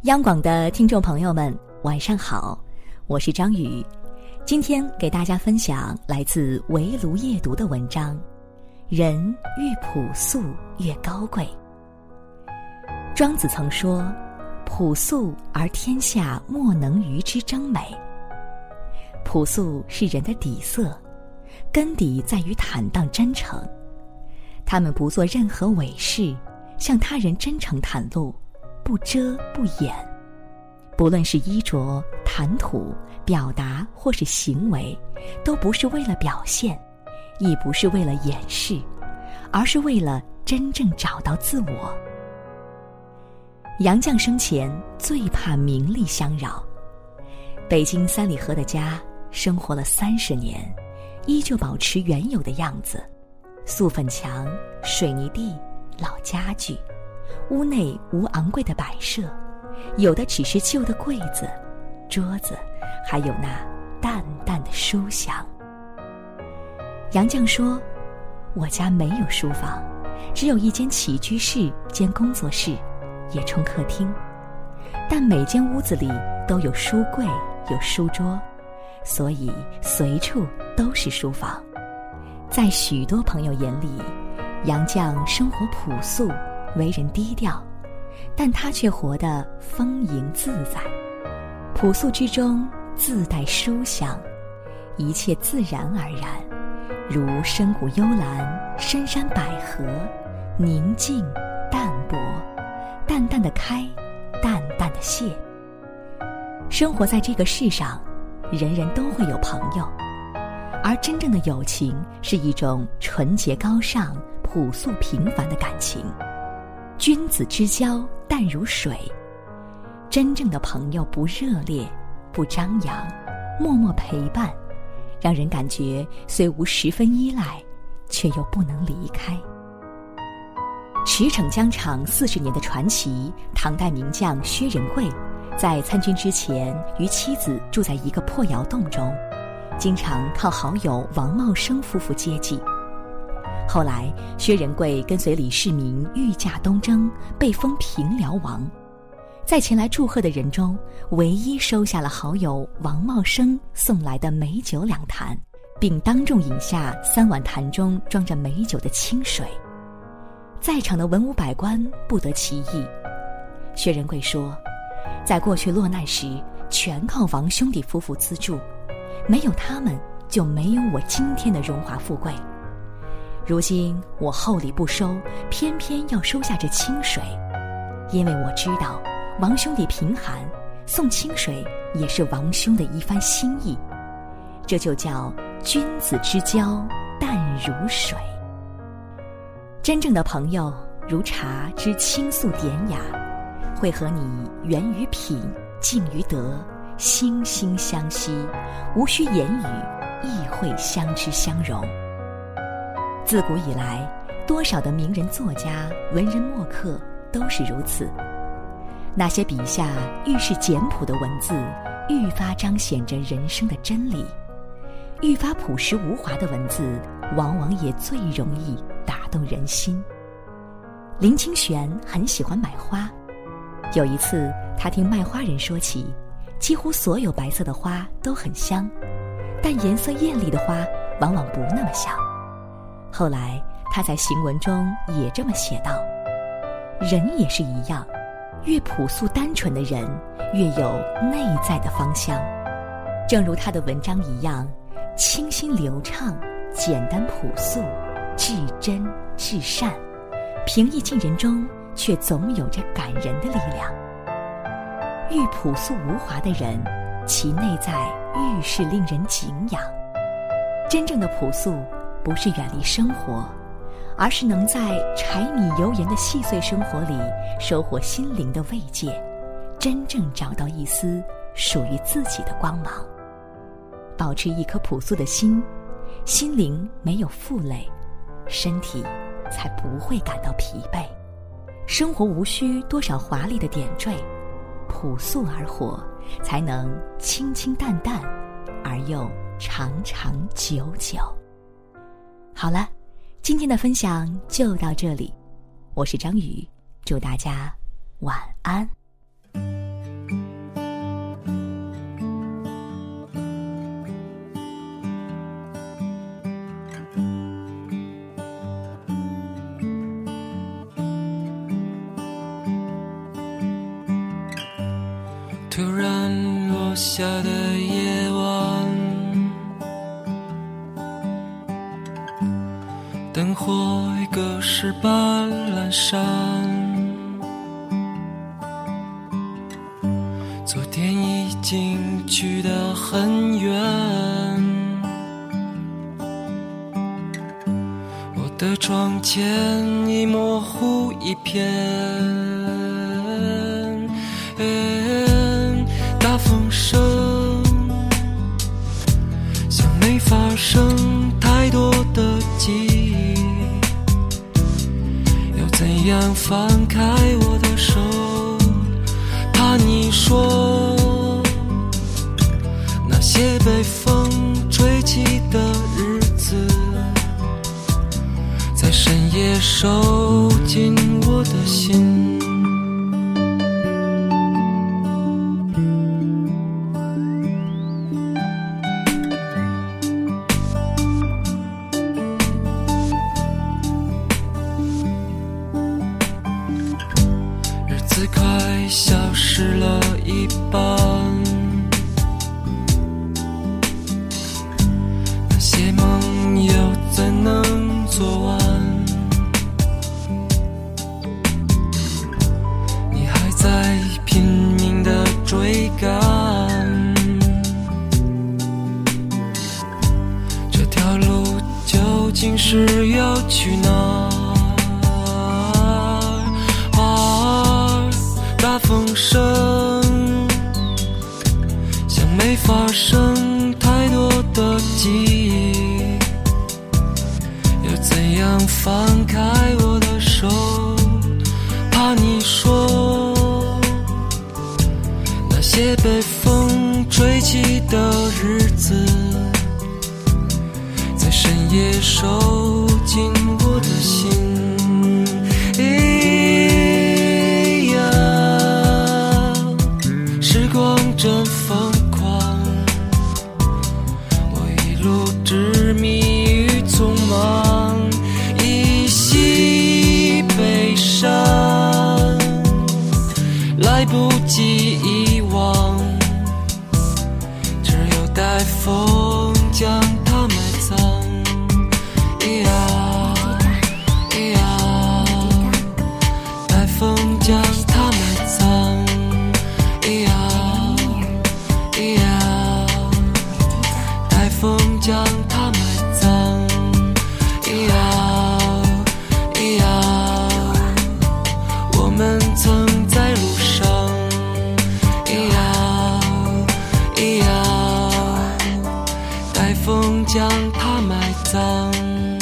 央广的听众朋友们，晚上好，我是张宇。今天给大家分享来自围炉夜读的文章，人越朴素越高贵。庄子曾说，朴素而天下莫能与之争美。朴素是人的底色，根底在于坦荡真诚。他们不做任何伪饰，向他人真诚袒露，不遮不掩。不论是衣着、谈吐、表达或是行为，都不是为了表现，亦不是为了掩饰，而是为了真正找到自我。杨绛生前最怕名利相扰，北京三里河的家生活了30年，依旧保持原有的样子，素粉墙、水泥地、老家具，屋内无昂贵的摆设，有的只是旧的柜子、桌子，还有那淡淡的书香。杨绛说，我家没有书房，只有一间起居室兼工作室，也充客厅，但每间屋子里都有书柜，有书桌，所以随处都是书房。在许多朋友眼里，杨绛生活朴素，为人低调，但他却活得丰盈自在。朴素之中自带书香，一切自然而然，如深谷幽兰、深山百合，宁静淡泊，淡淡的开，淡淡的谢。生活在这个世上，人人都会有朋友，而真正的友情是一种纯洁高尚、朴素平凡的感情。君子之交淡如水，真正的朋友不热烈，不张扬，默默陪伴，让人感觉虽无十分依赖，却又不能离开。驰骋疆场40年的传奇，唐代名将薛仁贵，在参军之前与妻子住在一个破窑洞中，经常靠好友王茂生夫妇接济。后来薛仁贵跟随李世民御驾东征，被封平辽王，在前来祝贺的人中，唯一收下了好友王茂生送来的美酒2坛，并当众饮下3碗坛中装着美酒的清水。在场的文武百官不得其意。薛仁贵说，在过去落难时，全靠王兄弟夫妇资助，没有他们，就没有我今天的荣华富贵。如今我厚礼不收，偏偏要收下这清水，因为我知道王兄弟贫寒，送清水也是王兄的一番心意。这就叫君子之交淡如水。真正的朋友如茶之清素典雅，会和你源于品，静于德，惺惺相惜，无需言语，亦会相知相融。自古以来，多少的名人作家、文人墨客都是如此。那些笔下愈是简朴的文字，愈发彰显着人生的真理；愈发朴实无华的文字，往往也最容易打动人心。林清玄很喜欢买花，有一次他听卖花人说起，几乎所有白色的花都很香，但颜色艳丽的花往往不那么香。后来他在行文中也这么写道，人也是一样，越朴素单纯的人，越有内在的芳香。正如他的文章一样，清新流畅，简单朴素，至真至善，平易近人中却总有着感人的力量。愈朴素无华的人，其内在愈是令人敬仰。真正的朴素不是远离生活，而是能在柴米油盐的细碎生活里收获心灵的慰藉，真正找到一丝属于自己的光芒。保持一颗朴素的心，心灵没有负累，身体才不会感到疲惫。生活无需多少华丽的点缀，朴素而活，才能清清淡淡，而又长长久久。好了，今天的分享就到这里，我是张宇，祝大家晚安。 突然落下的夜晚，灯火已隔世般阑珊，昨天已经去得很远，我的窗前已模糊一片，大风声像没发生太多的记忆，要怎样放开我的手，怕你说那些被风吹起的日子，在深夜收进我的心。日子快消失了一半，那些梦又怎能做完？你还在拼命地追赶，这条路究竟是要去哪？大风声像没发生太多的记忆，要怎样放开我的手，怕你说那些被风吹起的日子，在深夜收进我的心。时光真疯狂，我一路执迷于匆忙，依稀悲伤，来不及遗忘，只有待风将它埋葬。待风将它埋葬。待风将它埋葬，我们曾在路上，待风将它埋葬。